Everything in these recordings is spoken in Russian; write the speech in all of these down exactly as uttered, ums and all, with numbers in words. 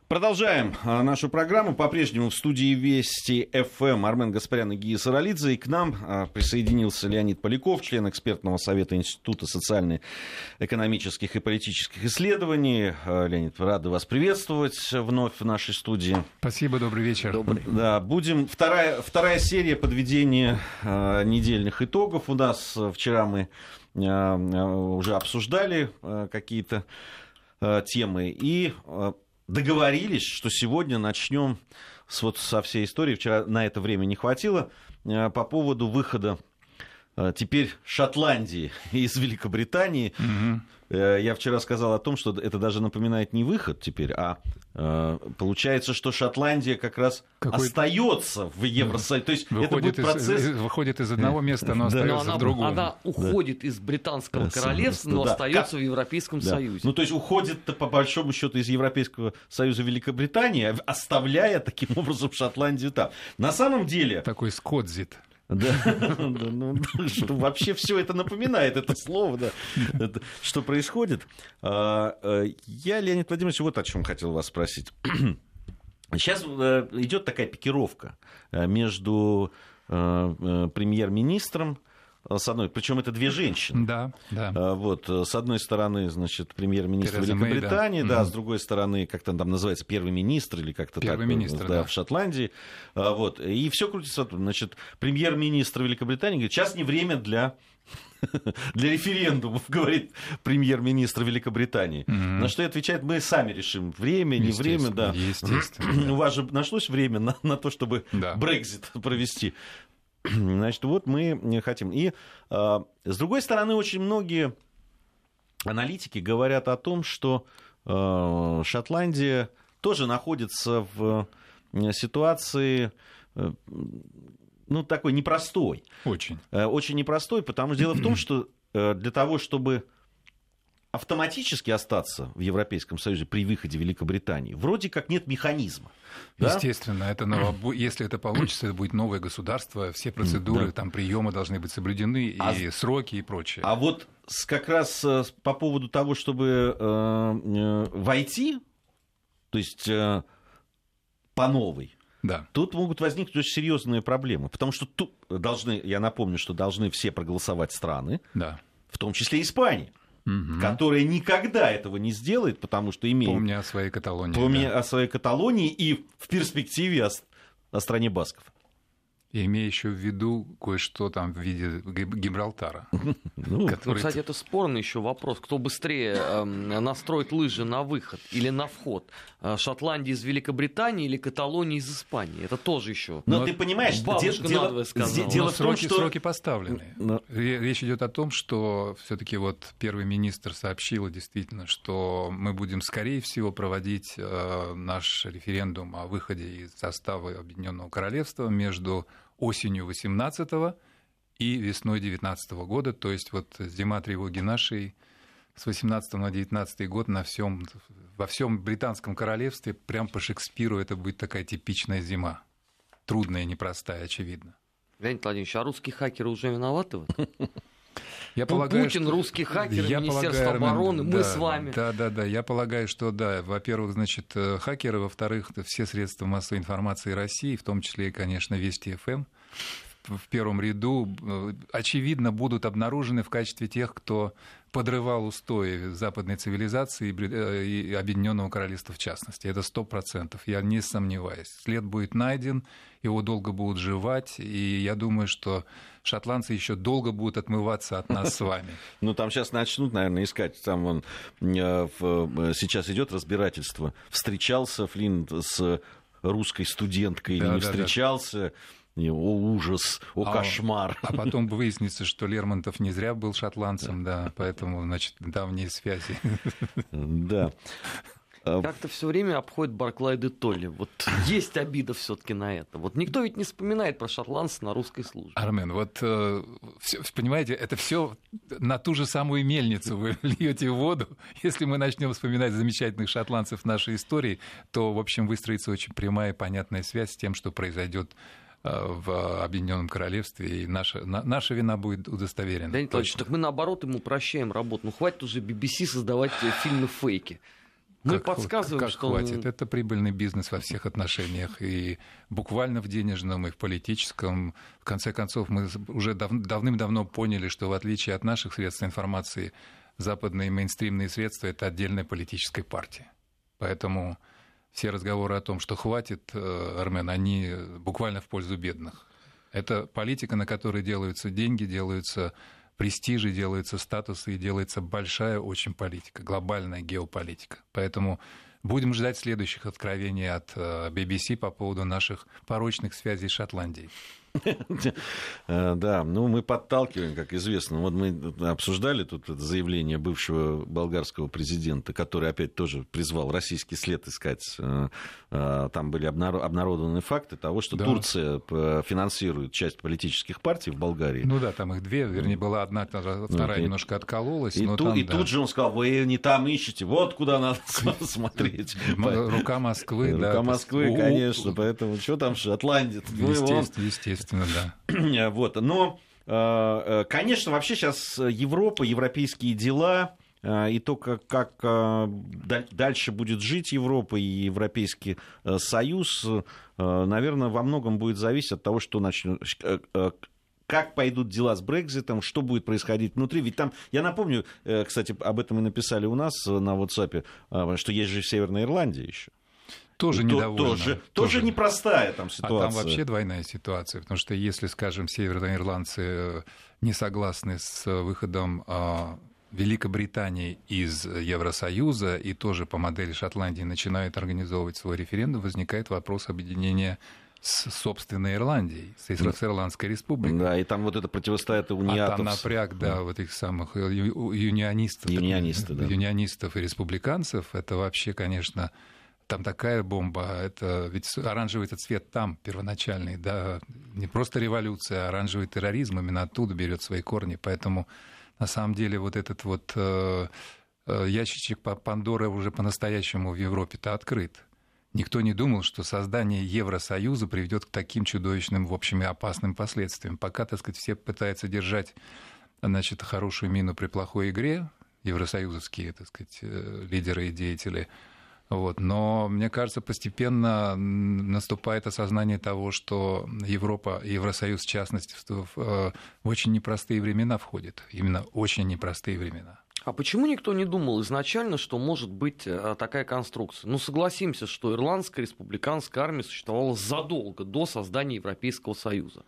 Продолжаем нашу программу. По-прежнему в студии Вести эф эм Армен Гаспарян и Гия Саралидзе. И к нам присоединился Леонид Поляков, член экспертного совета Института социально-экономических и политических исследований. Леонид, рады вас приветствовать вновь в нашей студии. Спасибо, добрый вечер. Добрый. Да, будем... Вторая, вторая серия подведения э, недельных итогов. У нас вчера мы э, уже обсуждали э, какие-то э, темы. И... Э, договорились, что сегодня начнем с, вот, со всей истории. Вчера на это время не хватило. По поводу выхода теперь Шотландии из Великобритании. Угу. Я вчера сказал о том, что это даже напоминает не выход теперь, а получается, что Шотландия как раз Какой... остается в Евросоюзе. То есть выходит это будет процесс... Из, выходит из одного места, но остается но в другом. Она уходит да. из британского королевства, но да. остается как... в Европейском да. Союзе. Ну, то есть уходит-то по большому счету из Европейского Союза Великобритания, оставляя таким образом Шотландию там. На самом деле... Такой скотзит. Да, ну, что вообще все это напоминает, это слово, да, это, что происходит. Я, Леонид Владимирович, вот о чем хотел вас спросить. Сейчас идет такая пикировка между премьер-министром, с одной, причем это две женщины. Да, да. Вот, с одной стороны, значит, премьер-министр Тереза Великобритании, Мэй, да, да mm-hmm. с другой стороны, как там, там называется, первый министр или как-то первый так, министр, да, да. в Шотландии. Вот, и все крутится. Значит, премьер-министр Великобритании говорит, сейчас не время для, для референдумов, говорит премьер-министр Великобритании. Mm-hmm. На что и отвечает, мы сами решим, время, не время. Да. Естественно. У вас же нашлось время на, на то, чтобы Брексит да. провести. Значит, вот мы хотим. И, э, с другой стороны, очень многие аналитики говорят о том, что э, Шотландия тоже находится в ситуации, э, ну, такой непростой. Очень. Э, очень непростой, потому что дело в том, что э, для того, чтобы автоматически остаться в Европейском Союзе при выходе Великобритании, вроде как нет механизма. Естественно, да? это ново... если это получится, это будет новое государство, все процедуры, да. там, приемы должны быть соблюдены, а... и сроки, и прочее. А вот как раз по поводу того, чтобы э, э, войти, то есть э, по новой, да. тут могут возникнуть очень серьезные проблемы, потому что тут должны, я напомню, что должны все проголосовать страны, да. в том числе Испания. Угу. Которая никогда этого не сделает, потому что имеет... Помня о своей Каталонии. Помня да. о своей Каталонии и в перспективе о, о стране басков. И имея еще в виду кое-что там в виде Гибралтара. Ну, который... ну, кстати, это спорный еще вопрос. Кто быстрее э, настроит лыжи на выход или на вход? Шотландия из Великобритании или Каталония из Испании? Это тоже еще. Но, Но ты понимаешь, бабушка дело, надвое сказала. Дело Но в том, сроки, что... Сроки поставлены. Но... Речь идет о том, что все-таки вот первый министр сообщил действительно, что мы будем, скорее всего, проводить э, наш референдум о выходе из состава Объединенного Королевства между осенью восемнадцатого и весной девятнадцатого года, то есть вот зима тревоги нашей с восемнадцатого на девятнадцатый год на всем, во всем британском королевстве, прям по Шекспиру, это будет такая типичная зима. Трудная, непростая, очевидно. Леонид Владимирович, а русские хакеры уже виноваты в этом? Я полагаю, Путин, что... русские хакеры, я Министерство полагаю, обороны, да, мы с вами. Да, да, да. Я полагаю, что да. Во-первых, значит, хакеры, во-вторых, все средства массовой информации России, в том числе, конечно, Вести эф эм, в первом ряду, очевидно, будут обнаружены в качестве тех, кто подрывал устои западной цивилизации и Объединенного Королевства в частности. Это сто процентов, я не сомневаюсь. След будет найден, его долго будут жевать, и я думаю, что шотландцы еще долго будут отмываться от нас с вами. Ну, там сейчас начнут, наверное, искать. Там вон, сейчас идет разбирательство. Встречался Флинт с русской студенткой или не встречался... О, ужас, о, а, кошмар. А потом выяснится, что Лермонтов не зря был шотландцем, да, поэтому, значит, давние связи. Да. Как-то все время обходит Барклай де Толли. Вот есть обида все-таки на это. Вот никто ведь не вспоминает про шотландцев на русской службе. Армен, вот э, всё, понимаете, это все на ту же самую мельницу вы льете воду. Если мы начнем вспоминать замечательных шотландцев в нашей истории, то, в общем, выстроится очень прямая и понятная связь с тем, что произойдет в Объединенном Королевстве, и наша, на, наша вина будет удостоверена. Леонид Ильич, так мы наоборот ему прощаем работу. Ну хватит уже би би си создавать фильмы-фейки. Мы как, подсказываем, как что... хватит. Это прибыльный бизнес во всех отношениях, и буквально в денежном, и в политическом. В конце концов, мы уже дав- давным-давно поняли, что в отличие от наших средств информации, западные мейнстримные средства — это отдельная политическая партия. Поэтому все разговоры о том, что хватит, Армен, они буквально в пользу бедных. Это политика, на которой делаются деньги, делаются престижи, делаются статусы и делается большая очень политика, глобальная геополитика. Поэтому будем ждать следующих откровений от би би си по поводу наших порочных связей с Шотландией. Да, ну мы подталкиваем, как известно. Вот мы обсуждали тут это заявление бывшего болгарского президента, который опять тоже призвал российский след искать. Там были обнародованы факты того, что да. Турция финансирует часть политических партий в Болгарии. Ну да, там их две, вернее, была одна, вторая ну, немножко и, откололась. И, но ту, там, и да. тут же он сказал, вы не там ищете, вот куда надо смотреть. Рука Москвы, да. Рука Москвы, конечно, поэтому что там Шотландия? Естественно. Да. Вот. Но, конечно, вообще сейчас Европа, европейские дела и то, как, как дальше будет жить Европа и Европейский Союз, наверное, во многом будет зависеть от того, что начнет... Как пойдут дела с Брекситом, что будет происходить внутри. Ведь там, я напомню, кстати, об этом и написали у нас на WhatsApp, что есть же Северная Ирландия еще. Тоже недовольна. Тоже, тоже. тоже непростая там ситуация. А там вообще двойная ситуация, потому что если, скажем, северные ирландцы не согласны с выходом Великобритании из Евросоюза и тоже по модели Шотландии начинают организовывать свой референдум, возникает вопрос объединения с собственной Ирландией, с Ирландской республикой. Да, и там вот это противостоит униатов. А там напряг, да, вот этих самых юнионистов, юнионисты, так, да. юнионистов и республиканцев. Это вообще, конечно... Там такая бомба, это ведь оранжевый этот цвет там первоначальный, да, не просто революция, а оранжевый терроризм именно оттуда берет свои корни, поэтому на самом деле вот этот вот э, ящичек Пандоры уже по-настоящему в Европе-то открыт. Никто не думал, что создание Евросоюза приведет к таким чудовищным, в общем, и опасным последствиям. Пока, так сказать, все пытаются держать, значит, хорошую мину при плохой игре, евросоюзовские, так сказать, лидеры и деятели. Вот. Но, мне кажется, постепенно наступает осознание того, что Европа, Евросоюз, в частности, в очень непростые времена входит. Именно очень непростые времена. А почему никто не думал изначально, что может быть такая конструкция? Ну, согласимся, что Ирландская республиканская армия существовала задолго до создания Европейского Союза.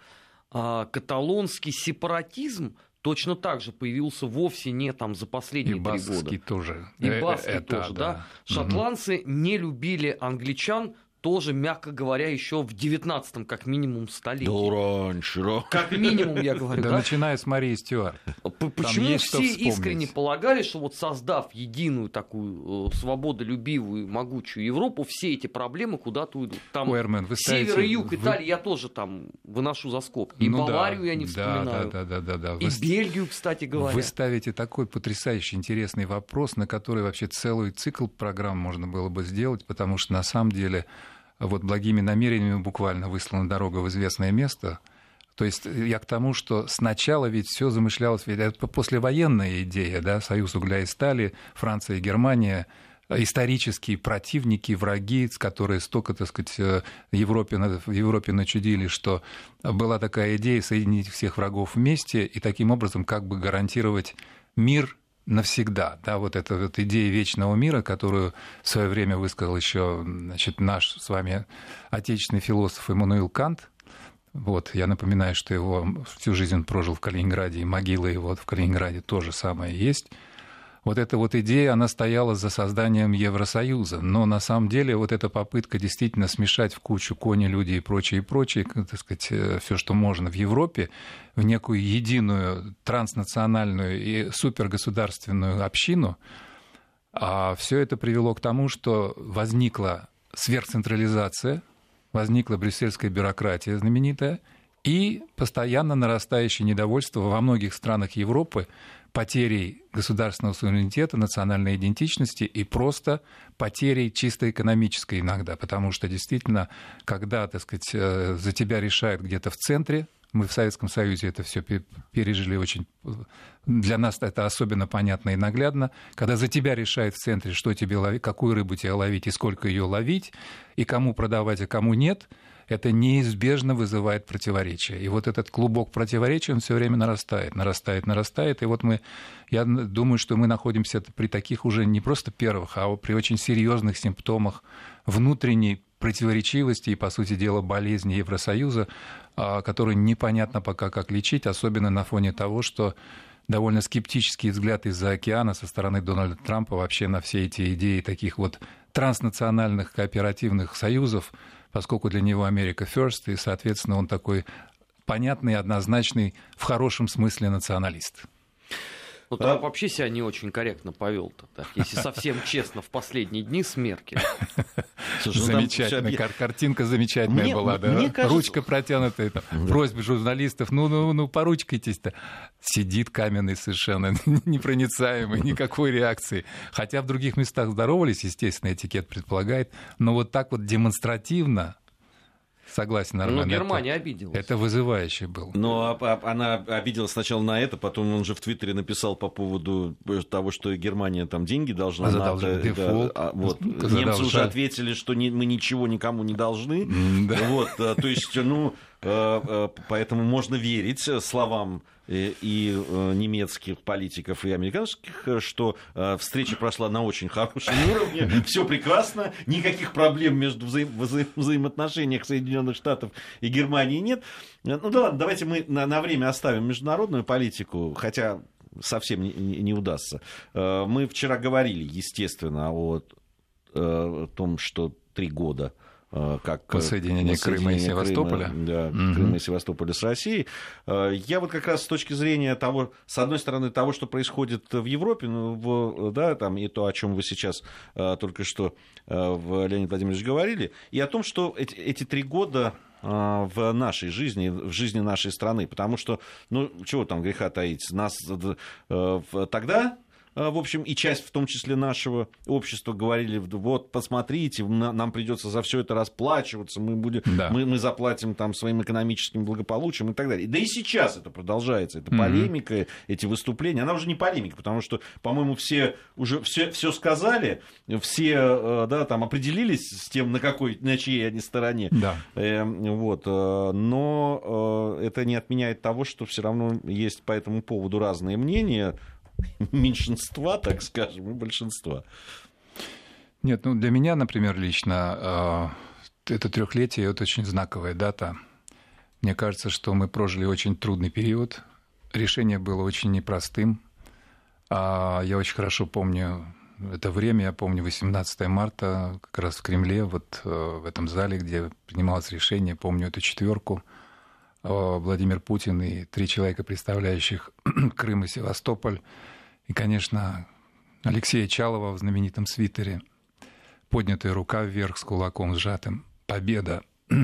А каталонский сепаратизм точно так же появился вовсе не там за последние три года. И баскский тоже. И баскский Это, тоже, да. да. Шотландцы угу. не любили англичан, тоже, мягко говоря, еще в девятнадцатом, как минимум, столетии. Да раньше, да. Как минимум, я говорю. Да, начиная с Марии Стюарт. Почему все искренне полагали, что вот создав единую такую свободолюбивую, могучую Европу, все эти проблемы куда-то уйдут? Там Ой, Армен, вы ставите... север и юг Италии я тоже там выношу за скобки. И ну, Баварию да, я не вспоминаю. Да, да, да, да, да. И вы... Бельгию, кстати говоря. Вы ставите такой потрясающий, интересный вопрос, на который вообще целый цикл программ можно было бы сделать, потому что на самом деле... Вот благими намерениями буквально выслана дорога в известное место. То есть я к тому, что сначала ведь все замышлялось, ведь это послевоенная идея, да, Союз угля и стали, Франция и Германия, исторические противники, враги, которые столько, так сказать, Европе, в Европе начудили, что была такая идея соединить всех врагов вместе и таким образом как бы гарантировать мир навсегда, да, вот эта вот идея вечного мира, которую в свое время высказал еще, значит, наш с вами отечественный философ Иммануил Кант. Вот, я напоминаю, что его всю жизнь он прожил в Калининграде, и могила его в Калининграде тоже самое есть. Вот эта вот идея, она стояла за созданием Евросоюза, но на самом деле вот эта попытка действительно смешать в кучу кони, люди и прочее, и прочее, так сказать, все, что можно в Европе, в некую единую транснациональную и супергосударственную общину, а все это привело к тому, что возникла сверхцентрализация, возникла брюссельская бюрократия знаменитая, и постоянно нарастающее недовольство во многих странах Европы потерей государственного суверенитета, национальной идентичности и просто потерей чисто экономической иногда, потому что действительно, когда, так сказать, за тебя решают где-то в центре, Мы в Советском Союзе это все пережили очень... Для нас это особенно понятно и наглядно. Когда за тебя решает в центре, что тебе ловить, какую рыбу тебе ловить и сколько ее ловить, и кому продавать, а кому нет, это неизбежно вызывает противоречия. И вот этот клубок противоречий, он все время нарастает, нарастает, нарастает. И вот мы, я думаю, что мы находимся при таких уже не просто первых, а при очень серьезных симптомах внутренней противоречивости и, по сути дела, болезни Евросоюза, которые непонятно пока как лечить, особенно на фоне того, что довольно скептический взгляд из-за океана со стороны Дональда Трампа вообще на все эти идеи таких вот транснациональных кооперативных союзов, поскольку для него Америка first, и, соответственно, он такой понятный, однозначный, в хорошем смысле националист. Ну, Трамп вообще себя не очень корректно повел-то, так, если совсем честно, в последние дни с Меркель. Слушай, ну, замечательная все... картинка замечательная мне, была, да? Мне кажется... Ручка протянутая, там, да. Просьбы журналистов, ну, ну, ну, поручкайтесь-то. Сидит каменный совершенно, непроницаемый, никакой реакции. Хотя в других местах здоровались, естественно, этикет предполагает, но вот так вот демонстративно. Согласен, Армен. Ну, Германия это, обиделась. Это вызывающе было. Но она обиделась сначала на это, потом он же в Твиттере написал по поводу того, что Германия там деньги должна. Задолжать дефолт. Да, вот. Немцы уже ответили, что не, мы ничего никому не должны. Да. Вот, то есть, ну, поэтому можно верить словам и немецких политиков, и американских, что встреча прошла на очень хорошем уровне, все прекрасно, никаких проблем между вза... вза... взаимоотношениях Соединенных Штатов и Германии нет. Ну да ладно, давайте мы на, на время оставим международную политику, хотя совсем не, не, не удастся. Мы вчера говорили, естественно, о, о том, что три года как воссоединение Крыма и Севастополя. Крыма, да, угу. Крыма и Севастополя с Россией. Я вот как раз с точки зрения того, с одной стороны, того, что происходит в Европе, ну, в, да, там, и то, о чем вы сейчас только что, Леонид Владимирович, говорили, и о том, что эти, эти три года в нашей жизни, в жизни нашей страны, потому что, ну, чего там греха таить, нас тогда... В общем, и часть, в том числе нашего общества, говорили, вот, посмотрите, нам придется за все это расплачиваться, мы, будем, да. мы, мы заплатим там своим экономическим благополучием и так далее. Да и сейчас это продолжается, эта полемика, mm-hmm. эти выступления. Она уже не полемика, потому что, по-моему, все уже все, все сказали, все да, там, определились с тем, на какой, на чьей они стороне. Да. Э, вот, но это не отменяет того, что все равно есть по этому поводу разные мнения, меньшинства, так скажем, и большинства. Нет, ну для меня, например, лично э, это трехлетие, это очень знаковая дата. Мне кажется, что мы прожили очень трудный период. Решение было очень непростым. А я очень хорошо помню это время, я помню восемнадцатое марта, как раз в Кремле, вот э, в этом зале, где принималось решение, помню эту четверку. Владимир Путин и три человека, представляющих Крым и Севастополь. И, конечно, Алексея Чалова в знаменитом свитере. Поднятая рука вверх с кулаком сжатым. Победа.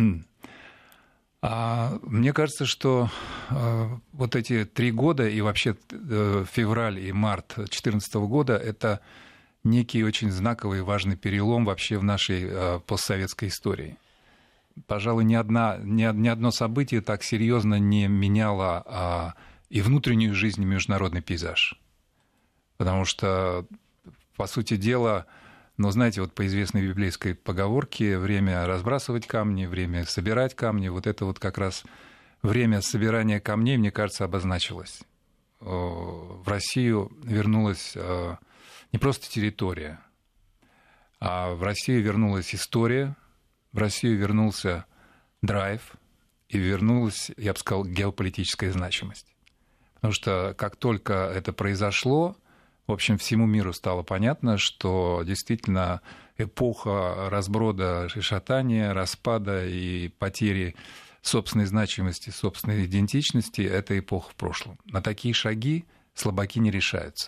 А мне кажется, что э, вот эти три года и вообще э, февраль и март две тысячи четырнадцатого года — это некий очень знаковый и важный перелом вообще в нашей э, постсоветской истории. Пожалуй, ни, одна, ни, ни одно событие так серьезно не меняло а, и внутреннюю жизнь, и международный пейзаж. Потому что, по сути дела, ну, знаете, вот по известной библейской поговорке, время разбрасывать камни, время собирать камни, вот это вот как раз время собирания камней, мне кажется, обозначилось. В Россию вернулась не просто территория, а в Россию вернулась история, в Россию вернулся драйв и вернулась, я бы сказал, геополитическая значимость. Потому что как только это произошло, в общем, всему миру стало понятно, что действительно эпоха разброда и шатания, распада и потери собственной значимости, собственной идентичности — это эпоха в прошлом. На такие шаги слабаки не решаются.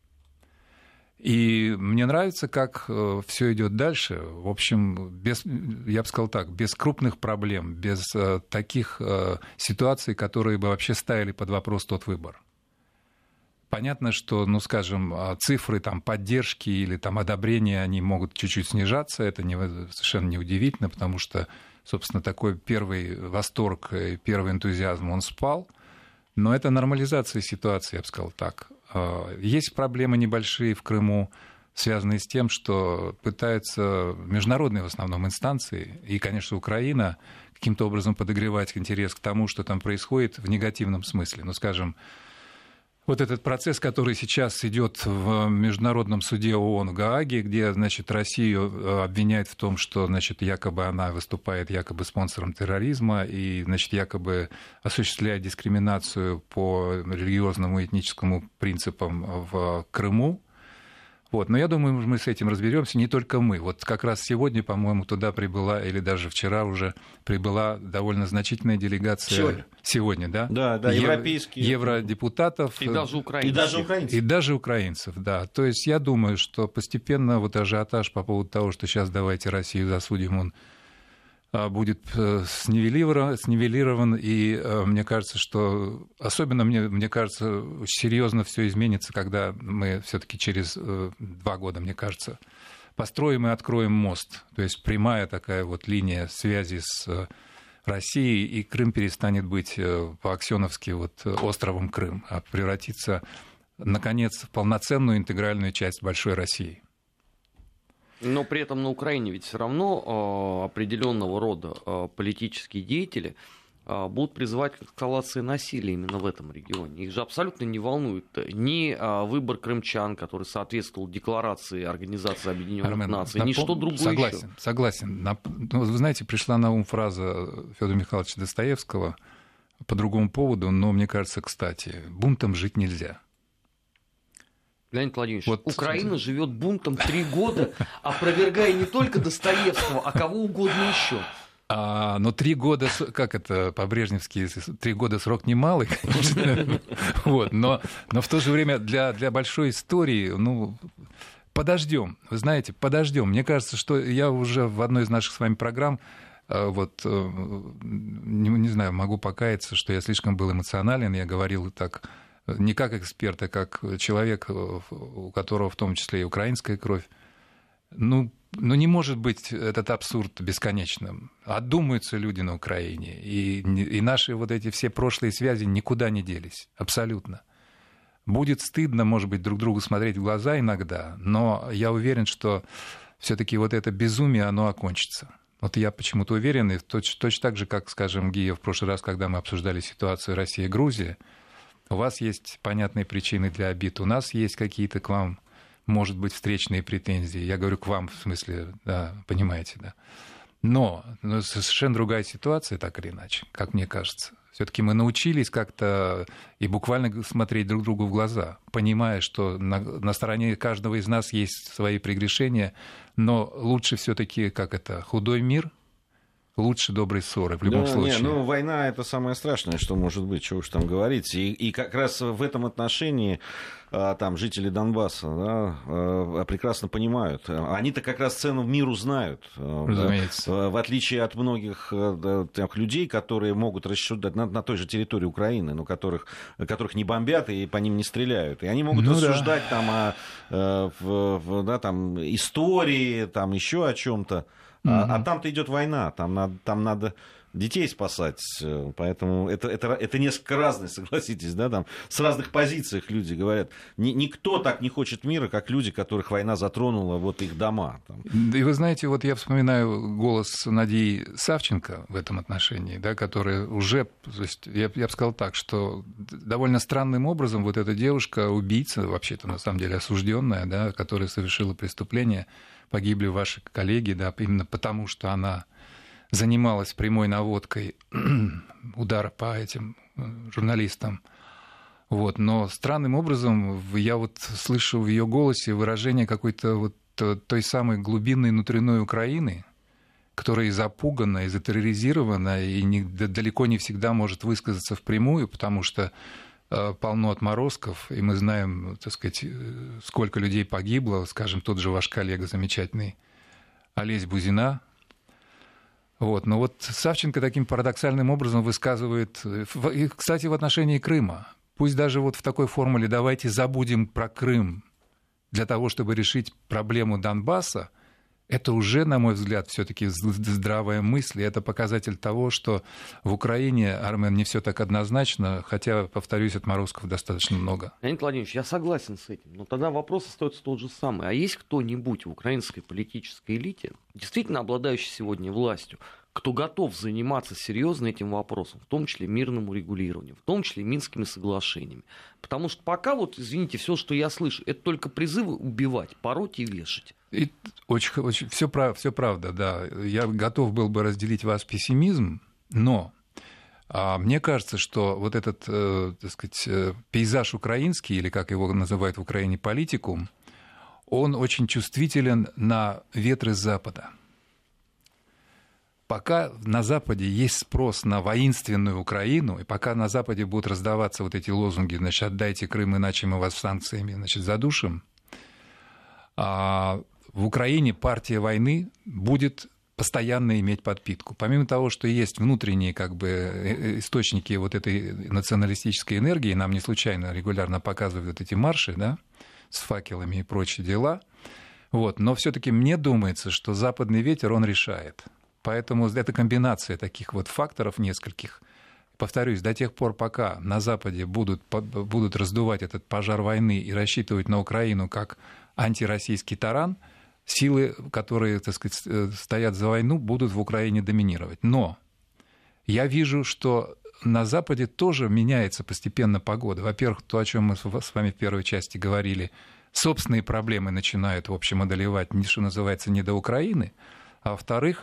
И мне нравится, как все идет дальше. В общем, без, я бы сказал так, без крупных проблем, без таких ситуаций, которые бы вообще ставили под вопрос тот выбор. Понятно, что, ну, скажем, цифры там, поддержки или там, одобрения, они могут чуть-чуть снижаться. Это не, совершенно неудивительно, потому что, собственно, такой первый восторг, первый энтузиазм, он спал. Но это нормализация ситуации, я бы сказал так. Есть проблемы небольшие в Крыму, связанные с тем, что пытаются международные в основном инстанции, и, конечно, Украина, каким-то образом подогревать интерес к тому, что там происходит в негативном смысле. Ну, скажем, вот этот процесс, который сейчас идет в Международном суде ООН в Гааге, где, значит, Россию обвиняют в том, что, значит, якобы она выступает якобы спонсором терроризма и, значит, якобы осуществляет дискриминацию по религиозному и этническому принципам в Крыму. Вот. Но я думаю, мы с этим разберемся, не только мы. Вот как раз сегодня, по-моему, туда прибыла, или даже вчера уже прибыла довольно значительная делегация. Сегодня, сегодня да? Да, да, европейские. Евродепутатов. И даже украинцев. И даже украинцев. И даже украинцев, да. То есть я думаю, что постепенно вот ажиотаж по поводу того, что сейчас давайте Россию засудим, он будет снивелирован, снивелирован, и мне кажется, что особенно мне, мне кажется, очень серьезно все изменится, когда мы все-таки через два года, мне кажется, построим и откроем мост, то есть прямая такая вот линия связи с Россией, и Крым перестанет быть по-аксеновски вот островом Крым, а превратится, наконец, в полноценную интегральную часть большой России. Но при этом на Украине ведь все равно э, определенного рода э, политические деятели э, будут призывать к эскалации насилия именно в этом регионе. Их же абсолютно не волнует ни э, выбор крымчан, который соответствовал декларации Организации Объединенных Армен, Наций, напом... ни что другое согласен, еще. Согласен. Нап... Ну, вы знаете, пришла на ум фраза Федора Михайловича Достоевского по другому поводу, но мне кажется, кстати, бунтом жить нельзя. Леонид Владимирович, вот... Украина живет бунтом три года, опровергая не только Достоевского, а кого угодно еще. А, но три года, как это по-брежневски, три года срок немалый, конечно. Вот, но, но в то же время для, для большой истории, ну, подождем. Вы знаете, подождем. Мне кажется, что я уже в одной из наших с вами программ, вот, не, не знаю, могу покаяться, что я слишком был эмоционален, я говорил так... не как эксперт, а как человек, у которого в том числе и украинская кровь. Ну, ну не может быть этот абсурд бесконечным. Отдумаются люди на Украине, и, и наши вот эти все прошлые связи никуда не делись, абсолютно. Будет стыдно, может быть, друг другу смотреть в глаза иногда, но я уверен, что все-таки вот это безумие, оно окончится. Вот я почему-то уверен, и точно, точно так же, как, скажем, Гия в прошлый раз, когда мы обсуждали ситуацию Россия и Грузия, у вас есть понятные причины для обид, у нас есть какие-то к вам, может быть, встречные претензии. Я говорю к вам, в смысле, да, понимаете, да. Но, но совершенно другая ситуация, так или иначе, как мне кажется. Все-таки мы научились как-то и буквально смотреть друг другу в глаза, понимая, что на, на стороне каждого из нас есть свои прегрешения, но лучше все-таки, как это, худой мир, лучше доброй ссоры, в любом да, случае. Не, ну, война — это самое страшное, что может быть, чего уж там говорить. И, и как раз в этом отношении там жители Донбасса, да, прекрасно понимают. Они-то как раз цену миру знают. Разумеется. Да, в отличие от многих да, тех людей, которые могут рассуждать на, на той же территории Украины, но которых, которых не бомбят и по ним не стреляют. И они могут ну, рассуждать да. там о в, в, да, там, истории, там, еще о чем-то. А, а там-то идет война, там надо, там надо детей спасать, поэтому это, это, это несколько разное, согласитесь, да, там с разных позиций люди говорят. Ни, никто так не хочет мира, как люди, которых война затронула, вот их дома. Там. И вы знаете, вот я вспоминаю голос Надии Савченко в этом отношении, да, которая уже, то есть, я, я бы сказал так, что довольно странным образом вот эта девушка, убийца, вообще-то на самом деле осужденная, да, которая совершила преступление, погибли ваши коллеги, да, именно потому, что она занималась прямой наводкой удара по этим журналистам. Вот. Но странным образом я вот слышу в ее голосе выражение какой-то вот той самой глубинной внутренней Украины, которая и запугана, и затерроризирована, и не, далеко не всегда может высказаться впрямую, потому что полно отморозков, и мы знаем, так сказать, сколько людей погибло, скажем, тот же ваш коллега замечательный Олесь Бузина. Вот. Но вот Савченко таким парадоксальным образом высказывает, и, кстати, в отношении Крыма, Пусть даже вот в такой формуле «давайте забудем про Крым для того, чтобы решить проблему Донбасса», это уже, на мой взгляд, все-таки здравая мысль, и это показатель того, что в Украине, Армен, не все так однозначно, хотя, повторюсь, отморозков достаточно много. Леонид Владимирович, я согласен с этим, но тогда вопрос остается тот же самый. А есть кто-нибудь в украинской политической элите, действительно обладающий сегодня властью, кто готов заниматься серьезно этим вопросом, в том числе мирным урегулированием, в том числе Минскими соглашениями? Потому что пока, вот, извините, все, что я слышу, это только призывы убивать, пороть и вешать. И очень, очень, все, прав, все правда, да. Я готов был бы разделить ваш пессимизм, но а, мне кажется, что вот этот, э, так сказать, э, пейзаж украинский, или как его называют в Украине политикум, он очень чувствителен на ветры Запада. Пока на Западе есть спрос на воинственную Украину, и пока на Западе будут раздаваться вот эти лозунги, значит, отдайте Крым, иначе мы вас санкциями, значит, задушим, а в Украине партия войны будет постоянно иметь подпитку. Помимо того, что есть внутренние как бы источники вот этой националистической энергии, нам не случайно регулярно показывают вот эти марши, да, с факелами и прочие дела, вот, но все-таки мне думается, что западный ветер, он решает. Поэтому это комбинация таких вот факторов нескольких. Повторюсь, до тех пор, пока на Западе будут, будут раздувать этот пожар войны и рассчитывать на Украину как антироссийский таран, силы, которые, так сказать, стоят за войну, будут в Украине доминировать. Но я вижу, что на Западе тоже меняется постепенно погода. Во-первых, то, о чем мы с вами в первой части говорили, собственные проблемы начинают, в общем, одолевать, что называется, не до Украины. А во-вторых,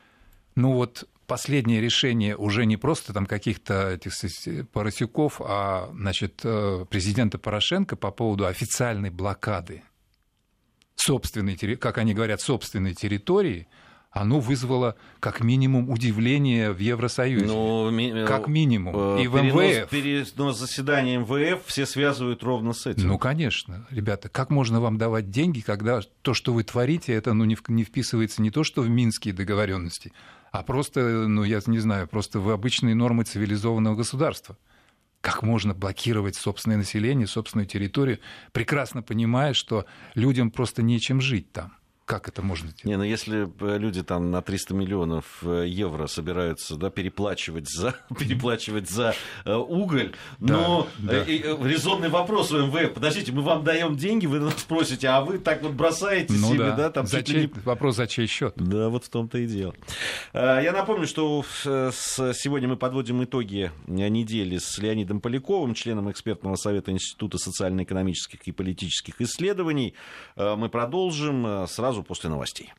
ну вот последнее решение уже не просто там каких-то этих поросюков, а, значит, президента Порошенко по поводу официальной блокады собственной, как они говорят, собственной территории, оно вызвало как минимум удивление в Евросоюзе. Ну, ми... Как минимум. И в эм вэ эф. Перенос заседания эм вэ эф все связывают ровно с этим. Ну, конечно. Ребята, как можно вам давать деньги, когда то, что вы творите, это ну, не вписывается не то, что в минские договоренности, а просто, ну, я не знаю, просто в обычные нормы цивилизованного государства. Как можно блокировать собственное население, собственную территорию, прекрасно понимая, что людям просто нечем жить там. Как это можно делать? Не, ну если люди там на триста миллионов евро собираются, да, переплачивать за, переплачивать за э, уголь, да, но да. Э, э, резонный вопрос у эм вэ эф. Подождите, мы вам даем деньги, вы нас просите, а вы так вот бросаете ну, себе, да, да там... За чей... не... Вопрос, за чей счет? Да, вот в том-то и дело. Я напомню, что сегодня мы подводим итоги недели с Леонидом Поляковым, членом экспертного совета Института социально-экономических и политических исследований. Мы продолжим сразу после новостей.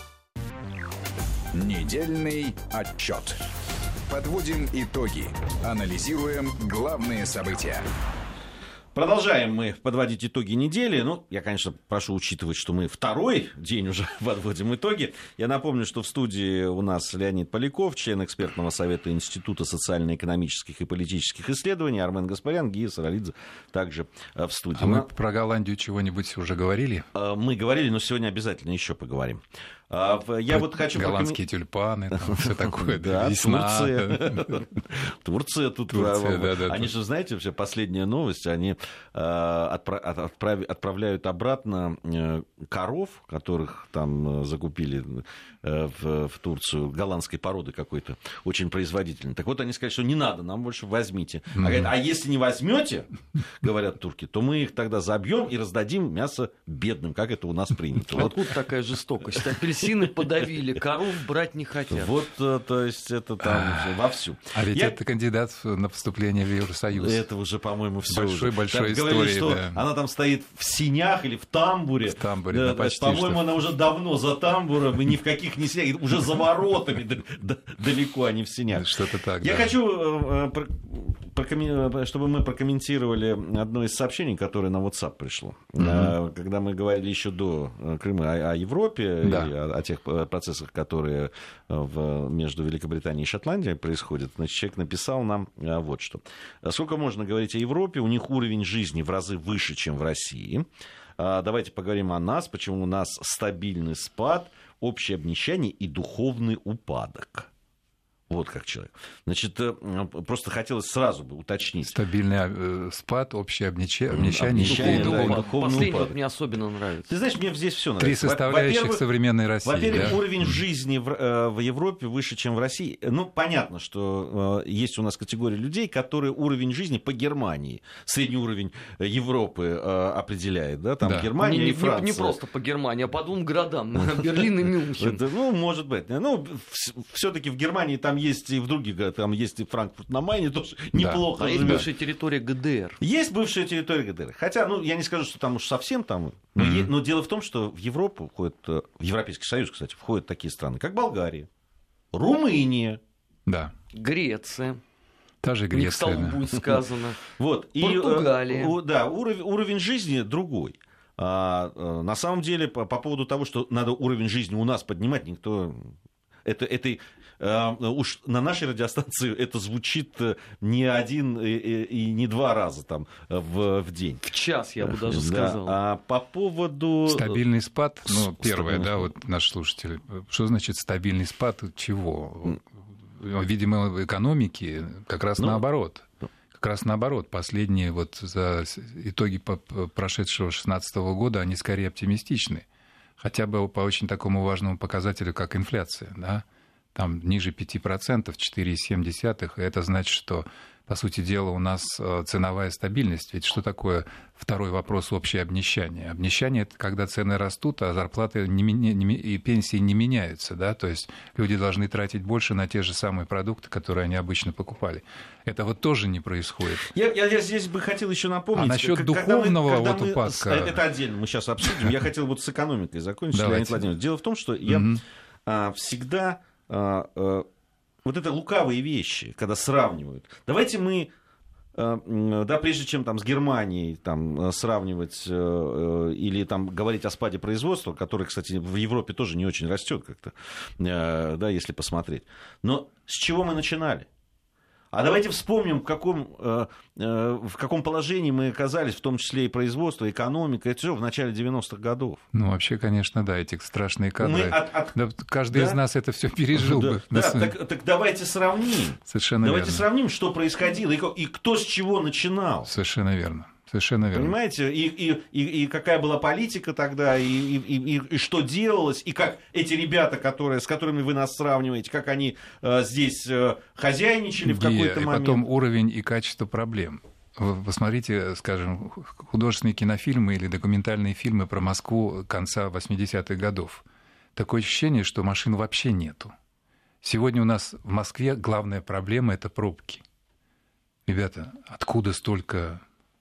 Недельный отчет. Подводим итоги. Анализируем главные события. Продолжаем мы подводить итоги недели. Ну, я, конечно, прошу учитывать, что мы второй день уже подводим итоги. Я напомню, что в студии у нас Леонид Поляков, член экспертного совета Института социально-экономических и политических исследований, Армен Гаспарян, Гия Саралидзе также в студии. А мы про Голландию чего-нибудь уже говорили? Мы говорили, но сегодня обязательно еще поговорим. Я про вот хочу голландские проком... тюльпаны, там все такое, да, Турция. Турция тут. Они же, знаете, вообще последняя новость, они отправляют обратно коров, которых там закупили в Турцию, голландской породы какой-то, очень производительной. Так вот, они сказали, что не надо, нам больше возьмите. А, говорят, а если не возьмете, говорят турки, то мы их тогда забьем и раздадим мясо бедным, как это у нас принято. Откуда вот такая жестокость? Апельсины подавили, коров брать не хотят. Вот, то есть, это там вовсю. А ведь Я... это кандидат на поступление в Евросоюз. Это уже, по-моему, все Большой-большой история. Говорили, что да. Она там стоит в синях или в тамбуре. В тамбуре, да, да, почти по-моему, что. Она уже давно за тамбуром, и ни в каких не синях, уже за воротами далеко, а не в синях. Что-то так, Я да. хочу, чтобы мы прокомментировали одно из сообщений, которое на WhatsApp пришло. Угу. Когда мы говорили еще до Крыма о Европе, да. и о тех процессах, которые в, между Великобританией и Шотландией происходят, значит, человек написал нам вот что. Сколько можно говорить о Европе, у них уровень жизни в разы выше, чем в России. Давайте поговорим о нас, почему у нас стабильный спад, общее обнищание и духовный упадок. Вот как человек. Значит, просто хотелось сразу бы уточнить. Стабильный э, спад, общее обнищание, обнищание, духовный, да, да, упад. Последний вот мне особенно нравится. Ты знаешь, мне здесь все нравится. Три составляющих современной России. Во-первых, да? уровень жизни в, э, в Европе выше, чем в России. Ну, понятно, что э, есть у нас категория людей, которые уровень жизни по Германии, средний уровень Европы э, определяет, да, там да. Германия не, и Франция. Не, не просто по Германии, а по двум городам, Берлин и Мюнхен. Это, ну, может быть. Ну, все-таки в Германии там есть и в других городах, там есть и Франкфурт на Майне, тоже да. неплохо. А есть бывшая территория ГДР. Есть бывшая территория ГДР. Хотя, ну, я не скажу, что там уж совсем там. Но, mm-hmm. е- но дело в том, что в Европу входят, в Европейский Союз, кстати, входят такие страны, как Болгария, Румыния, да. Греция. Та же Греция. Не к столбу будет сказано. Вот. Португалия. И, да, уровень, уровень жизни другой. А, на самом деле, по, по поводу того, что надо уровень жизни у нас поднимать, никто... Это, это э, уж на нашей радиостанции это звучит не один и, и не два раза там в, в день. В час, я бы даже да. сказал. А по поводу... Стабильный спад, ну, первое, стабильный да, спад. Вот наш слушатель. Что значит стабильный спад? Чего? Видимо, в экономике как раз ну, наоборот. Как раз наоборот. Последние вот за итоги прошедшего шестнадцатого года, они скорее оптимистичны. Хотя бы по очень такому важному показателю, как инфляция, да, там ниже пяти процентов, четыре целых семь десятых, и это значит, что, по сути дела, у нас ценовая стабильность. Ведь что такое второй вопрос общее обнищание? Обнищание – это когда цены растут, а зарплаты не, не, не, и пенсии не меняются, да, то есть люди должны тратить больше на те же самые продукты, которые они обычно покупали. Это вот тоже не происходит. Я, я, я здесь бы хотел еще напомнить. А насчет духовного когда мы, когда вот мы, упадка... Это отдельно, мы сейчас обсудим. Я хотел вот с экономикой закончить, Давайте. Леонид Владимирович. Дело в том, что я mm-hmm. а, всегда... А, а, вот это лукавые вещи, когда сравнивают. Давайте мы... Да, прежде чем там, с Германией там, сравнивать э, или там, говорить о спаде производства, который, кстати, в Европе тоже не очень растет как-то, э, да, если посмотреть. Но с чего мы начинали? А давайте вспомним, в каком, э, э, в каком положении мы оказались, в том числе и производство, экономика, это все в начале девяностых годов. Ну, вообще, конечно, да, эти страшные кадры. Мы от, от... Да, каждый да? из нас это все пережил да, бы. Да, так, так давайте сравним. Совершенно давайте верно. сравним, что происходило и, и кто с чего начинал. Совершенно верно. Совершенно верно. Понимаете, и, и, и, и какая была политика тогда, и, и, и, и что делалось, и как эти ребята, которые, с которыми вы нас сравниваете, как они э, здесь э, хозяйничали в какой-то и момент. И потом уровень и качество проблем. Вы посмотрите, скажем, художественные кинофильмы или документальные фильмы про Москву конца восьмидесятых годов. Такое ощущение, что машин вообще нету. Сегодня у нас в Москве главная проблема – это пробки. Ребята, откуда столько...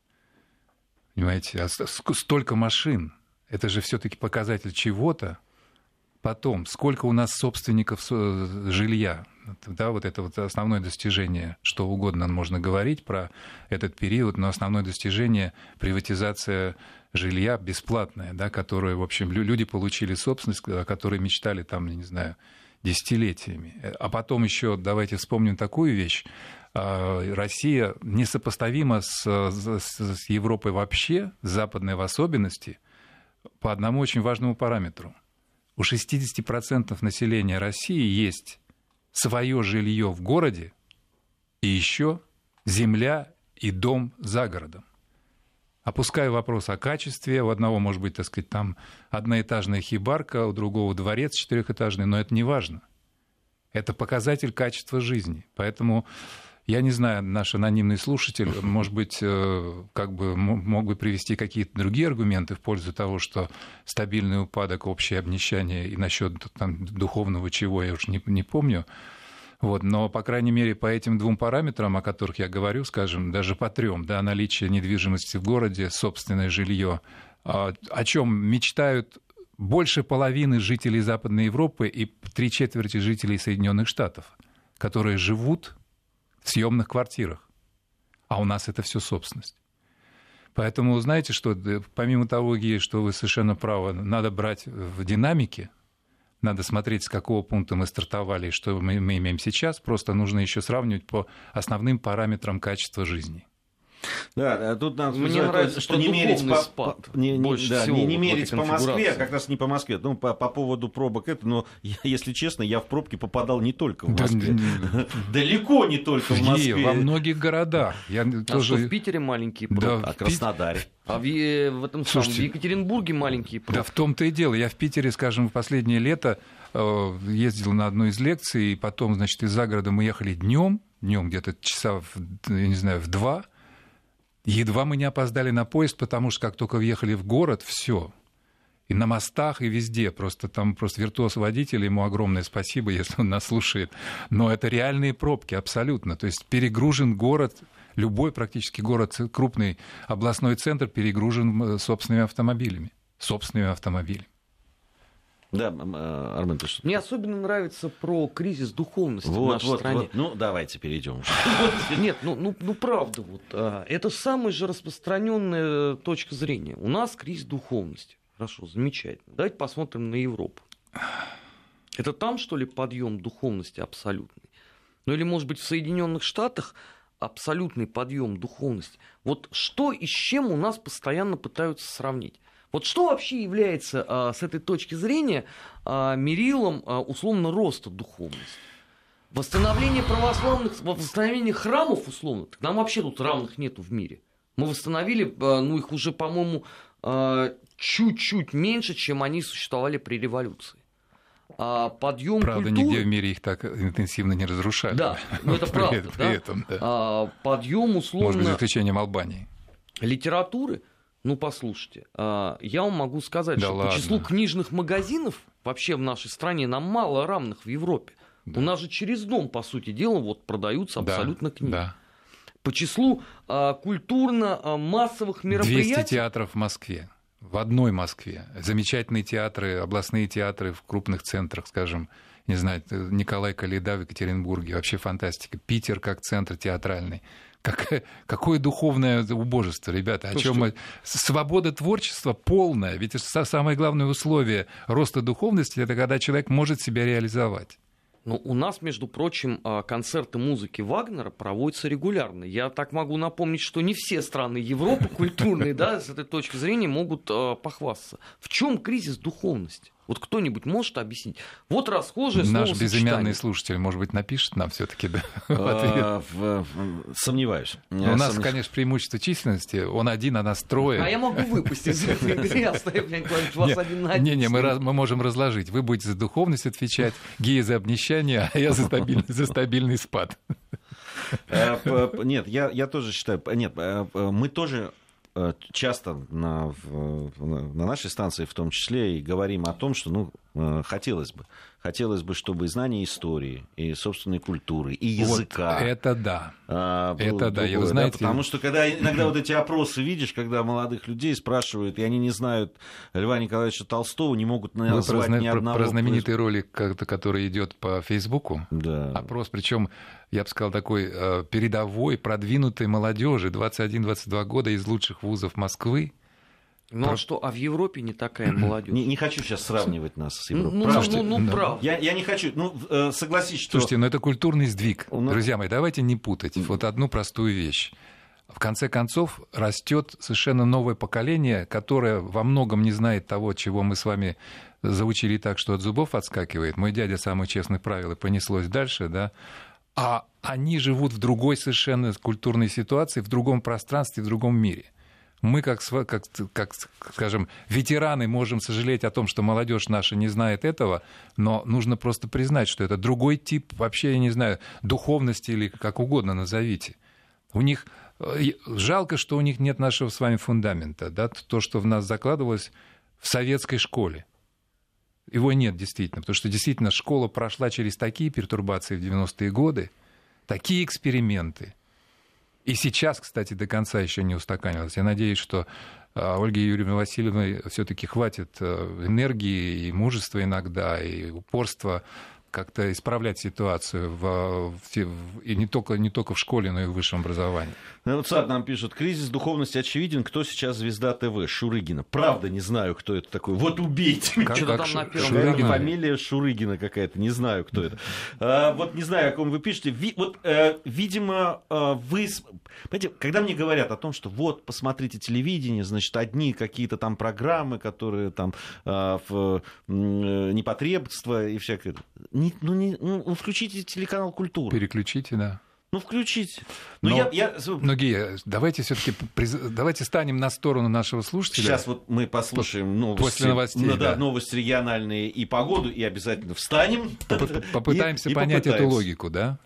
Понимаете, столько машин, это же все-таки показатель чего-то. Потом, сколько у нас собственников жилья, да, вот это вот основное достижение, что угодно можно говорить про этот период, но основное достижение — приватизация жилья бесплатная, да, которую, в общем, люди получили собственность, о которой мечтали там, не знаю, десятилетиями. А потом еще давайте вспомним такую вещь. Россия несопоставима с, с, с Европой вообще, с западной в особенности, по одному очень важному параметру. У шестьдесят процентов населения России есть свое жилье в городе и еще земля и дом за городом. Опускаю вопрос о качестве. У одного может быть, так сказать, там одноэтажная хибарка, у другого дворец четырехэтажный, но это не важно. Это показатель качества жизни. Поэтому... Я не знаю, наш анонимный слушатель, может быть, как бы мог бы привести какие-то другие аргументы в пользу того, что стабильный упадок, общее обнищание и насчет там, духовного чего, я уж не, не помню. Вот, но, по крайней мере, по этим двум параметрам, о которых я говорю, скажем, даже по трем, да, наличие недвижимости в городе, собственное жилье, о чем мечтают больше половины жителей Западной Европы и три четверти жителей Соединенных Штатов, которые живут в съемных квартирах, а у нас это все собственность. Поэтому, знаете, что помимо того, что вы совершенно правы, надо брать в динамике, надо смотреть, с какого пункта мы стартовали и что мы, мы имеем сейчас, просто нужно еще сравнивать по основным параметрам качества жизни. Да, тут надо Мне сказать, нравится что не мерить по, спад не, не, да, не, не вот мерить по Москве, а как раз не по Москве. Ну, по, по поводу пробок это, но, я, если честно, я в пробки попадал не только в Москве. Далеко не только в Москве. Во многих городах. Я а тоже... что в Питере маленькие пробки? Да, а в Краснодаре. А в, в этом самом, в Екатеринбурге маленькие пробки. Да в том-то и дело. Я в Питере, скажем, в последнее лето э, ездил на одну из лекций, и потом, значит, из-за города мы ехали днем, днем где-то часа, в, я не знаю, в два. Едва мы не опоздали на поезд, потому что как только въехали в город, все. И на мостах, и везде. Просто там просто виртуоз-водитель, ему огромное спасибо, если он нас слушает. Но это реальные пробки, абсолютно. То есть перегружен город. Любой практически город, крупный областной центр перегружен собственными автомобилями. Собственными автомобилями. Да, Армен, ты что? Мне особенно нравится про кризис духовности вот, в нашей вот, стране. Вот. Ну, давайте перейдем. Нет, ну, ну, ну правда, вот, это самая же распространенная точка зрения. У нас кризис духовности. Хорошо, замечательно. Давайте посмотрим на Европу. Это там, что ли, подъем духовности абсолютный? Ну или, может быть, в Соединенных Штатах абсолютный подъем духовности. Вот что и с чем у нас постоянно пытаются сравнить? Вот что вообще является а, с этой точки зрения а, мерилом а, условно роста духовности? Восстановление православных, восстановление храмов условно. Так нам вообще тут равных нету в мире. Мы восстановили, а, ну их уже, по-моему, а, чуть-чуть меньше, чем они существовали при революции. А подъем правда, культуры... нигде в мире их так интенсивно не разрушали. Да, но это правда. При, да? при этом, да. А, подъем условно... Может быть, за исключением Албании. Литературы. Ну, послушайте, а, я вам могу сказать, да что ладно. по числу книжных магазинов вообще в нашей стране нам мало равных в Европе. Да. У нас же через дом, по сути дела, вот продаются абсолютно да, книги. Да. По числу а, культурно-массовых мероприятий... двести театров в Москве. В одной Москве. Замечательные театры, областные театры в крупных центрах, скажем, не знаю, Николай Калейда в Екатеринбурге. Вообще фантастика. Питер как центр театральный. Какое, какое духовное убожество, ребята. О чем мы... Свобода творчества полная. Ведь самое главное условие роста духовности — это когда человек может себя реализовать. Но у нас, между прочим, концерты музыки Вагнера проводятся регулярно. Я так могу напомнить, что не все страны Европы культурные, да, с этой точки зрения могут похвастаться. В чем кризис духовности? Вот кто-нибудь может объяснить? Вот расхожее словосочетание. Наш безымянный слушатель, может быть, напишет нам все-таки, да, ответ. Сомневаюсь. У нас, конечно, преимущество численности. Он один, а нас трое. А я могу выпустить из этой игры, оставив, Леонид Николаевич, вас один на один. Не-не, мы можем разложить. Вы будете за духовность отвечать, Гея за обнищание, а я за стабильный спад. Нет, я тоже считаю... Нет, мы тоже... часто на, на нашей станции в том числе и говорим о том, что ну, хотелось бы. Хотелось бы, чтобы знание истории, и собственной культуры, и языка... Вот это да. А, это да. Другое, Вы знаете... да, потому что когда иногда вот эти опросы видишь, когда молодых людей спрашивают, и они не знают Льва Николаевича Толстого, не могут назвать Вы ни про, одного... Про знаменитый ролик, который идет по Фейсбуку. Да. Опрос, причем, я бы сказал, такой передовой, продвинутой молодежи, двадцать один - двадцать два года из лучших вузов Москвы. Ну а что, а в Европе не такая молодежь? Не, не хочу сейчас сравнивать нас с Европой. Ну, правда? ну, ну, правда. Я, я не хочу, ну, согласись, что... Слушайте, ну это культурный сдвиг. нас... Друзья мои, давайте не путать вот одну простую вещь. В конце концов, растет совершенно новое поколение, которое во многом не знает того, чего мы с вами заучили так, что от зубов отскакивает. Мой дядя самых честных правил, и понеслось дальше, да. А они живут в другой совершенно культурной ситуации, в другом пространстве, в другом мире. Мы, как, как, как, скажем, ветераны, можем сожалеть о том, что молодежь наша не знает этого, но нужно просто признать, что это другой тип, вообще, я не знаю, духовности или как угодно назовите. У них жалко, что у них нет нашего с вами фундамента, да, то, что в нас закладывалось в советской школе. Его нет действительно, потому что действительно школа прошла через такие пертурбации в девяностые годы, такие эксперименты. И сейчас, кстати, до конца еще не устаканилось. Я надеюсь, что Ольге Юрьевне Васильевне все-таки хватит энергии и мужества иногда, и упорства как-то исправлять ситуацию в, в, и не только, не только в школе, но и в высшем образовании. Ну, вот Сад нам пишет: кризис духовности очевиден. Кто сейчас звезда ТВ? Шурыгина. Правда не знаю, кто это такой. Вот убейте меня. Что-то там на первом Шурыгина. Фамилия Шурыгина какая-то. Не знаю, кто это. А, вот не знаю, о ком вы пишете. Ви, вот, э, видимо, э, вы... Понимаете, когда мне говорят о том, что вот, посмотрите телевидение, значит, одни какие-то там программы, которые там э, в, э, непотребство и всякое... Не, ну, не, ну, включите телеканал «Культура». Переключите, да. Ну, включите. Но, но, я, я... но Гея, давайте все-таки приз... давайте станем на сторону нашего слушателя. Сейчас вот мы послушаем новости, после новостей, ну, да, да. новости региональные и погоду, и обязательно встанем. Попытаемся и, понять и эту логику, да?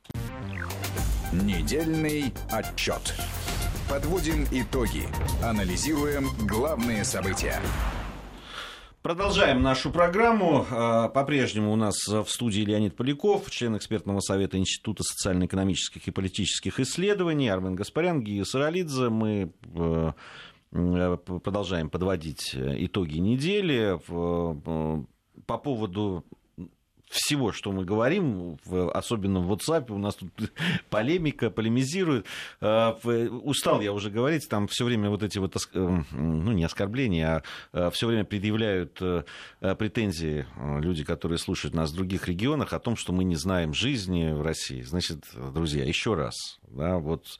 Недельный отчет. Подводим итоги. Анализируем главные события. Продолжаем нашу программу. По-прежнему у нас в студии Леонид Поляков, член экспертного совета Института социально-экономических и политических исследований, Армен Гаспарян, Гия Саралидзе. Мы продолжаем подводить итоги недели. По поводу всего, что мы говорим, особенно в WhatsApp, у нас тут полемика, полемизируют. Устал я уже говорить, там все время вот эти вот, ну, не оскорбления, а все время предъявляют претензии люди, которые слушают нас в других регионах, о том, что мы не знаем жизни в России. Значит, друзья, еще раз, да, вот...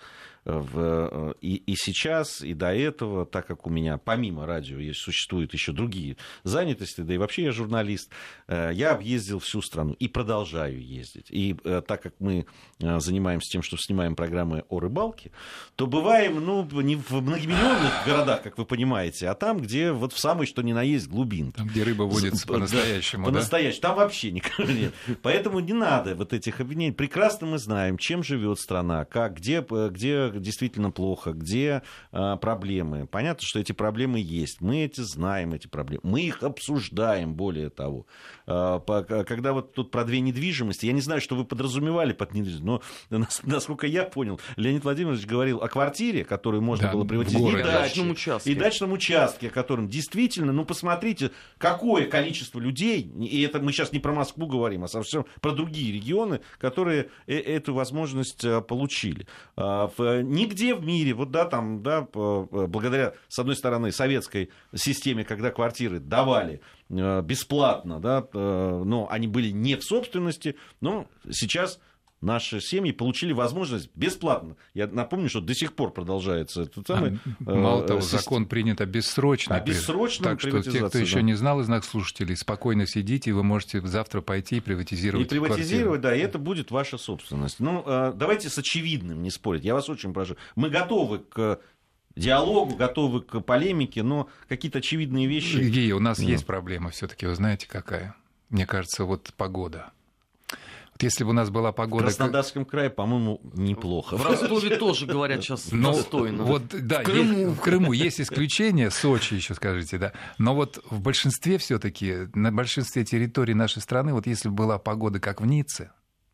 В, и, и сейчас, и до этого, так как у меня помимо радио есть, существуют еще другие занятости, да и вообще я журналист, я объездил всю страну и продолжаю ездить. И так как мы занимаемся тем, что снимаем программы о рыбалке, то бываем, ну, не в многомиллионных городах, как вы понимаете, а там, где вот в самой что ни на есть глубинке. Там, где рыба водится по-настоящему, да? По-настоящему. Там вообще никого нет. Поэтому не надо вот этих обвинений. Прекрасно мы знаем, чем живет страна, как, где, где действительно плохо, где а, проблемы. Понятно, что эти проблемы есть. Мы эти знаем, эти проблемы. Мы их обсуждаем, более того. А, по, когда вот тут про две недвижимости, я не знаю, что вы подразумевали под недвижимостью, но, насколько я понял, Леонид Владимирович говорил о квартире, которую можно да, было приватизировать, и дачном участке. И дачном участке, о котором действительно, ну, посмотрите, какое количество людей, и это мы сейчас не про Москву говорим, а совсем про другие регионы, которые эту возможность получили. Нигде в мире, вот да, там, да, благодаря, с одной стороны, советской системе, когда квартиры давали бесплатно, да, но они были не в собственности, но сейчас наши семьи получили возможность бесплатно. Я напомню, что до сих пор продолжается этот самый... А, мало того, систем... закон принят о бессрочной. О бессрочной так что те, кто еще да. не знал из наших слушателей, спокойно сидите, и вы можете завтра пойти и приватизировать. И приватизировать, квартиру. Да, и это будет ваша собственность. Ну, давайте с очевидным не спорить. Я вас очень прошу. Мы готовы к диалогу, готовы к полемике, но какие-то очевидные вещи... Гея, у нас да. есть проблема все-таки, вы знаете, какая? Мне кажется, вот погода. Вот если бы у нас была погода... В Краснодарском крае, по-моему, неплохо. В Ростове тоже говорят сейчас ну, достойно. Вот, да, в Крыму. Есть, в Крыму есть исключения, Сочи еще скажите, да. Но вот в большинстве все-таки, на большинстве территорий нашей страны, вот если бы была погода, как в Ницце,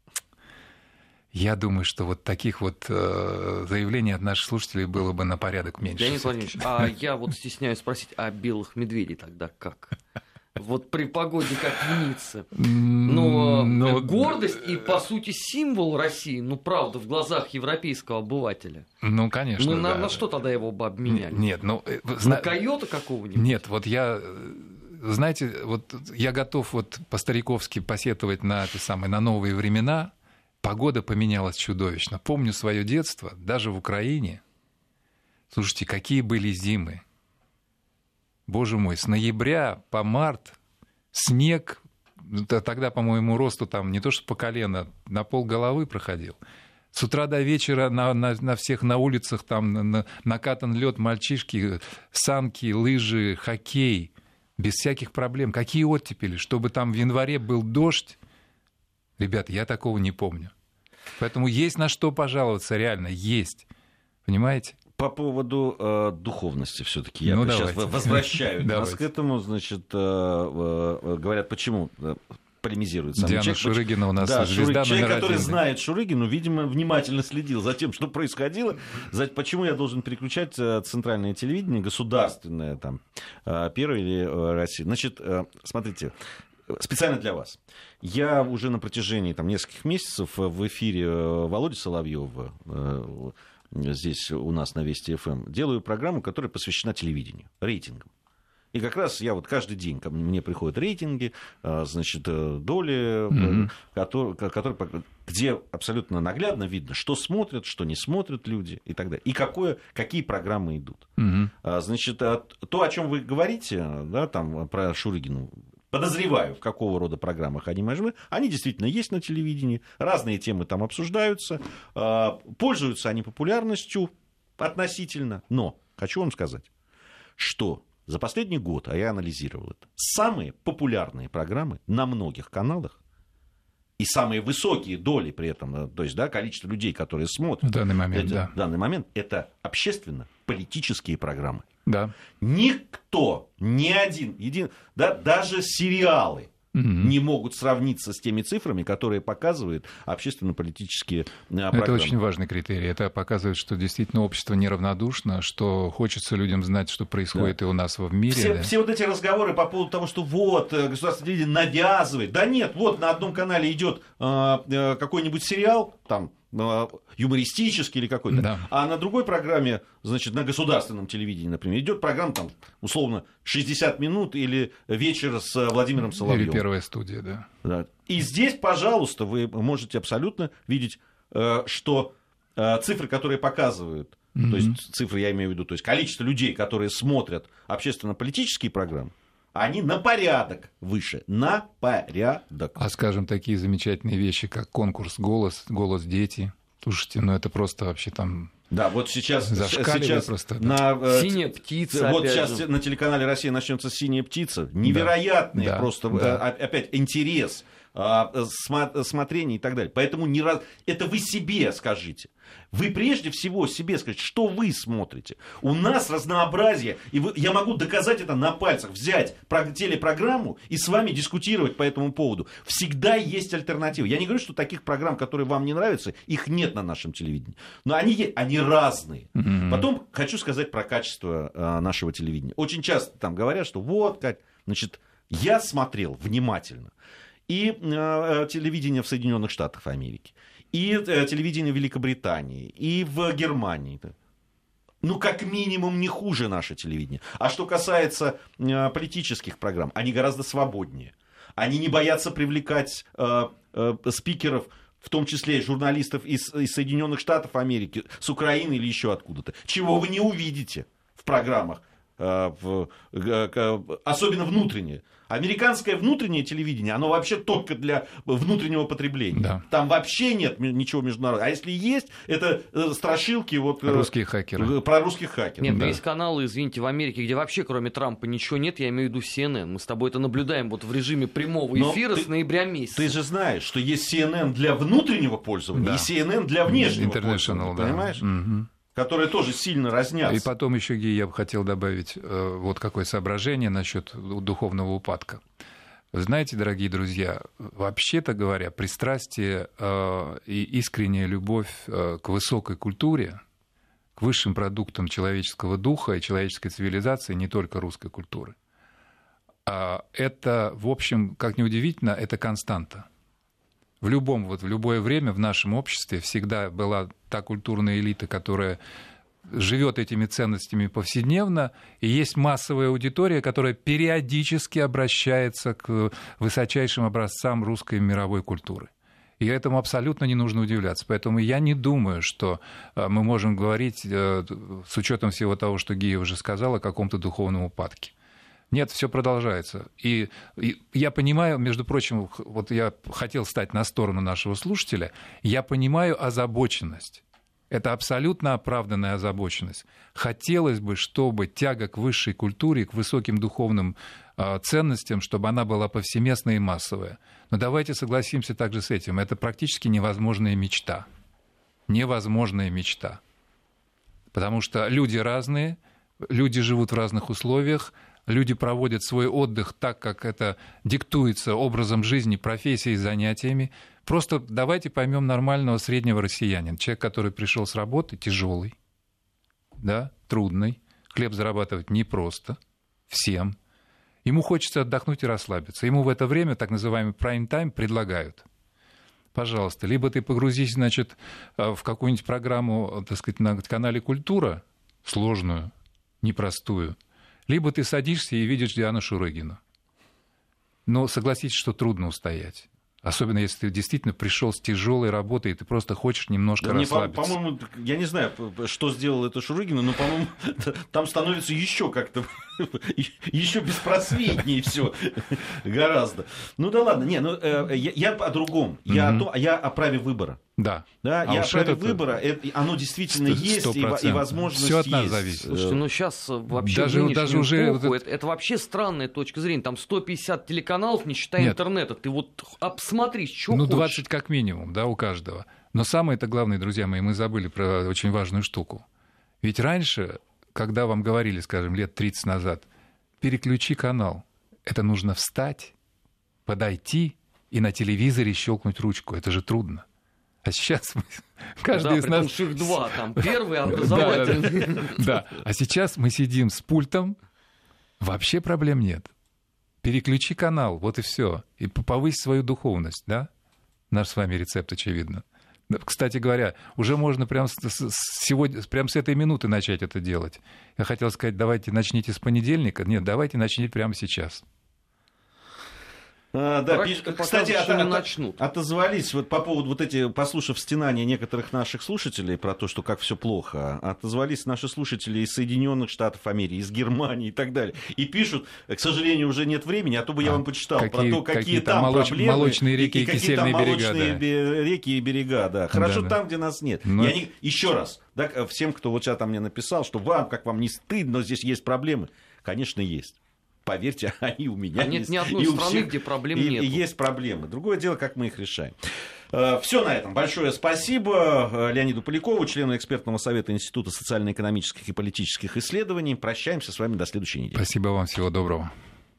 я думаю, что вот таких вот э, заявлений от наших слушателей было бы на порядок меньше. Леонид Владимирович, а я вот стесняюсь спросить, а белых медведей тогда как? Вот при погоде, как в Ницце. Но, Но гордость и, по сути, символ России, ну, правда, в глазах европейского обывателя. Ну, конечно, Мы да. на, на что тогда его бы обменяли? Нет, ну... На койота какого-нибудь? Нет, вот я... Знаете, вот я готов вот по-стариковски посетовать на, это самое, на новые времена. Погода поменялась чудовищно. Помню свое детство, даже в Украине. Слушайте, какие были зимы. Боже мой, с ноября по март снег, тогда, по моему росту, там не то что по колено, на полголовы проходил. С утра до вечера на, на, на всех на улицах там на, накатан лед, мальчишки, санки, лыжи, хоккей, без всяких проблем. Какие оттепели, чтобы там в январе был дождь. Ребят, я такого не помню. Поэтому есть на что пожаловаться, реально, есть. Понимаете? По поводу э, духовности все-таки я ну, сейчас давайте. возвращаю нас к этому. Значит, э, э, говорят, почему полемизирует сам Диана человек. Шурыгина у нас да, звезда Шуры... Человек, номер который один. знает Шурыгину, видимо, внимательно следил за тем, что происходило. За... Почему я должен переключать центральное телевидение, государственное, там, Первое или Россия? Значит, смотрите, специально для вас. Я уже на протяжении там, нескольких месяцев в эфире Володи Соловьева здесь у нас на Вести эф эм делаю программу, которая посвящена телевидению, рейтингам. И как раз я вот каждый день ко мне приходят рейтинги, значит, доли, mm-hmm. которые, которые, где абсолютно наглядно видно, что смотрят, что не смотрят люди и так далее. И какое, какие программы идут. Mm-hmm. Значит, то, о чем вы говорите, да, там, про Шурыгину, подозреваю, в какого рода программах они могут быть. Они действительно есть на телевидении, разные темы там обсуждаются, пользуются они популярностью относительно. Но хочу вам сказать, что за последний год, а я анализировал это, самые популярные программы на многих каналах и самые высокие доли при этом, то есть да, количество людей, которые смотрят в данный момент, это, да. в данный момент, это общественно-политические программы. Да. Никто, ни один, един, да, даже сериалы mm-hmm. не могут сравниться с теми цифрами, которые показывают общественно-политические программы. Это очень важный критерий. Это показывает, что действительно общество неравнодушно, что хочется людям знать, что происходит да. и у нас в мире. Все, да. все вот эти разговоры по поводу того, что вот государственное телевидение навязывает. Да нет, вот на одном канале идет э, какой-нибудь сериал, там, юмористический или какой-то, да. а на другой программе, значит, на государственном телевидении, например, идет программа, там, условно, шестьдесят минут или вечер с Владимиром Соловьевым. Или первая студия, да. да. И здесь, пожалуйста, вы можете абсолютно видеть, что цифры, которые показывают, mm-hmm. то есть цифры, я имею в виду, то есть количество людей, которые смотрят общественно-политические программы, они на порядок выше. На порядок. А скажем, такие замечательные вещи, как конкурс «Голос», «Голос дети». Слушайте, ну это просто вообще там... Да, вот сейчас, сейчас просто, на, да. «Синяя птица». Вот сейчас же. На телеканале «Россия» начнется «Синяя птица». Невероятный да, просто да. опять интерес, смотрение и так далее. Поэтому не раз... это вы себе скажите. Вы прежде всего себе скажите, что вы смотрите. У нас разнообразие, и вы... я могу доказать это на пальцах, взять телепрограмму и с вами дискутировать по этому поводу. Всегда есть альтернатива. Я не говорю, что таких программ, которые вам не нравятся, их нет на нашем телевидении. Но они есть, они разные. Mm-hmm. Потом хочу сказать про качество э, нашего телевидения. Очень часто там говорят, что вот, как, значит, я смотрел внимательно и э, телевидение в Соединенных Штатах Америки, и э, телевидение Великобритании, и в Германии. Ну, как минимум, не хуже наше телевидение. А что касается э, политических программ, они гораздо свободнее. Они не боятся привлекать э, э, спикеров, в том числе и журналистов из, из Соединенных Штатов Америки, с Украины или еще откуда-то. Чего вы не увидите в программах, э, в, э, особенно внутреннее. Американское внутреннее телевидение, оно вообще только для внутреннего потребления. Да. Там вообще нет ничего международного. А если есть, это страшилки... Вот, русские хакеры. Про русских хакеров. Нет, да. есть каналы, извините, в Америке, где вообще кроме Трампа ничего нет, я имею в виду си эн эн. Мы с тобой это наблюдаем вот в режиме прямого эфира ты, с ноября месяца. Ты же знаешь, что есть си эн эн для внутреннего пользования да. и си эн эн для внешнего пользования. Да. Понимаешь? Угу. Которые тоже сильно разнятся. И потом еще, Ги, я бы хотел добавить э, вот какое соображение насчет духовного упадка. Вы знаете, дорогие друзья, вообще-то говоря, пристрастие э, и искренняя любовь э, к высокой культуре, к высшим продуктам человеческого духа и человеческой цивилизации, не только русской культуры, э, это, в общем, как ни удивительно, это константа. В любом, вот в любое время в нашем обществе всегда была та культурная элита, которая живет этими ценностями повседневно, и есть массовая аудитория, которая периодически обращается к высочайшим образцам русской и мировой культуры. И этому абсолютно не нужно удивляться. Поэтому я не думаю, что мы можем говорить, с учетом всего того, что Гия уже сказала, о каком-то духовном упадке. Нет, все продолжается. И, и я понимаю, между прочим, вот я хотел стать на сторону нашего слушателя, я понимаю озабоченность. Это абсолютно оправданная озабоченность. Хотелось бы, чтобы тяга к высшей культуре, к высоким духовным э, ценностям, чтобы она была повсеместная и массовая. Но давайте согласимся также с этим. Это практически невозможная мечта. Невозможная мечта. Потому что люди разные, люди живут в разных условиях, люди проводят свой отдых так, как это диктуется образом жизни, профессией, занятиями. Просто давайте поймем нормального среднего россиянина. Человек, который пришел с работы, тяжелый, да, трудный, хлеб зарабатывать непросто, всем. Ему хочется отдохнуть и расслабиться. Ему в это время, так называемый прайм-тайм, предлагают. Пожалуйста, либо ты погрузись, значит, в какую-нибудь программу, так сказать, на канале «Культура», сложную, непростую, либо ты садишься и видишь Диану Шурыгину. Но согласитесь, что трудно устоять. Особенно, если ты действительно пришел с тяжелой работой, и ты просто хочешь немножко да расслабиться. Мне, по-моему, я не знаю, что сделала эта Шурыгина, но, по-моему, там становится еще как-то еще беспросветнее все гораздо. Ну да ладно, не, ну я, я о другом, я, mm-hmm. о том, я о праве выбора. Да. Да, а я о праве выбора, это, оно действительно есть, и, и возможность Всё от нас есть. зависит. Слушайте, ну сейчас вообще даже, в нынешнюю даже уже эпоху, вот это, это вообще странная точка зрения. Там сто пятьдесят телеканалов, не считая Нет. интернета. Ты вот обсмотрись, что ну, хочешь. двадцать как минимум, да, у каждого. Но самое-то главное, друзья мои, мы забыли про очень важную штуку. Ведь раньше, когда вам говорили, скажем, лет тридцать назад, переключи канал, это нужно встать, подойти и на телевизоре щелкнуть ручку. Это же трудно. А сейчас мы, каждый да, из нас... их два, там первый образовательный. Да, да, да. А сейчас мы сидим с пультом, вообще проблем нет. Переключи канал, вот и все. И повысь свою духовность, да? Наш с вами рецепт, очевидно. Кстати говоря, уже можно прямо с, с, сегодня, прямо с этой минуты начать это делать. Я хотел сказать, давайте начните с понедельника. Нет, давайте начните прямо сейчас. А, да, пиш... Кстати, от, от, отозвались вот по поводу вот эти, послушав стенания некоторых наших слушателей про то, что как все плохо, отозвались наши слушатели из Соединенных Штатов Америки, из Германии и так далее. И пишут, к сожалению, уже нет времени, а то бы я а, вам почитал какие, про то, какие, какие там молоч... проблемы. Молочные реки и, и какие там молочные берега, да. реки и берега, да. Хорошо да, там, да. где нас нет. Но... Я не... Еще раз, да, всем, кто вот сейчас там мне написал, что вам, как вам не стыдно, но здесь есть проблемы. Конечно, есть. Поверьте, они у меня а нет есть. Нет ни одной страны, всех, где проблем и, нет. И есть проблемы. Другое дело, как мы их решаем. Все на этом. Большое спасибо Леониду Полякову, члену экспертного совета Института социально-экономических и политических исследований. Прощаемся с вами до следующей недели. Спасибо вам. Всего доброго.